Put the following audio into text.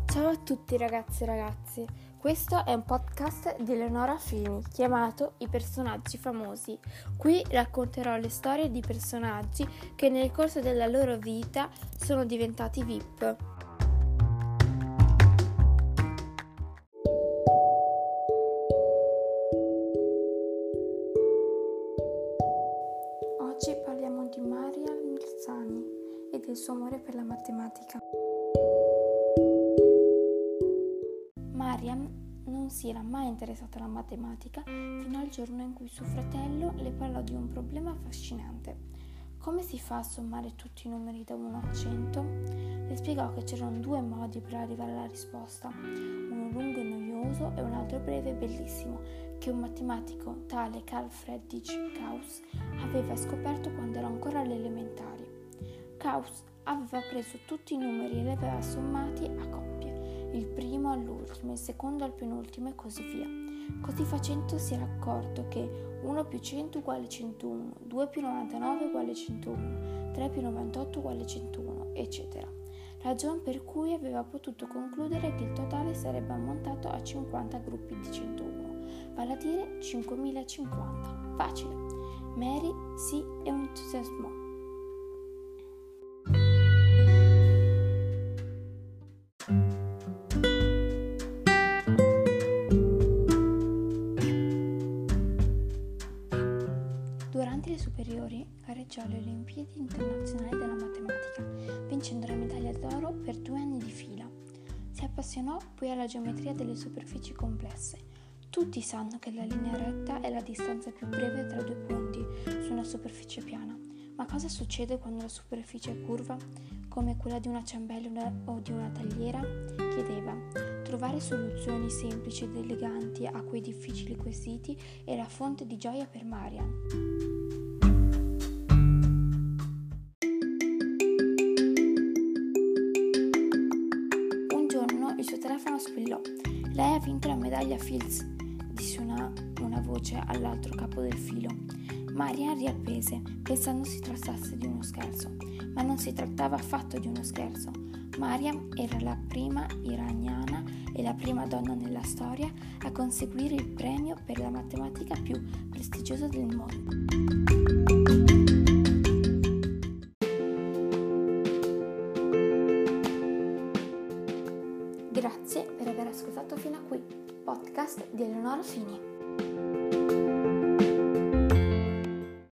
Ciao a tutti ragazzi e ragazzi, questo è un podcast di Eleonora Fini chiamato I personaggi famosi. Qui racconterò le storie di personaggi che nel corso della loro vita sono diventati VIP. Oggi parliamo di Mariam Milzani e del suo amore per la matematica. Mariam non si era mai interessata alla matematica fino al giorno in cui suo fratello le parlò di un problema affascinante. Come si fa a sommare tutti i numeri da 1 a 100? Le spiegò che c'erano 2 modi per arrivare alla risposta, uno lungo e noioso e un altro breve e bellissimo, che un matematico tale Carl Friedrich Gauss aveva scoperto quando era ancora alle elementari. Gauss aveva preso tutti i numeri e li aveva sommati a coppie, il primo all'ultimo, il secondo al penultimo e così via. Così facendo si era accorto che 1 più 100 uguale 101, 2 più 99 uguale 101, 3 più 98 uguale 101, eccetera. Ragion per cui aveva potuto concludere che il totale sarebbe ammontato a 50 gruppi di 101, vale a dire 5050. Facile. Mary si entusiasmò. Durante le superiori gareggiò alle Olimpiadi internazionali della matematica, vincendo la medaglia d'oro per 2 anni di fila. Si appassionò poi alla geometria delle superfici complesse. Tutti sanno che la linea retta è la distanza più breve tra 2 punti su una superficie piana. Ma cosa succede quando la superficie è curva, come quella di una ciambella o di una tagliera? Chiedeva. Trovare soluzioni semplici ed eleganti a quei difficili quesiti era fonte di gioia per Mariam. Un giorno il suo telefono squillò. Lei ha vinto la medaglia Fields, disse una voce all'altro capo del filo. Mariam riappese, pensando si trattasse di uno scherzo, ma non si trattava affatto di uno scherzo. Mariam era la prima iraniana e la prima donna nella storia a conseguire il premio per la matematica più prestigioso del mondo. Grazie per aver ascoltato fino a qui, podcast di Eleonora Fini.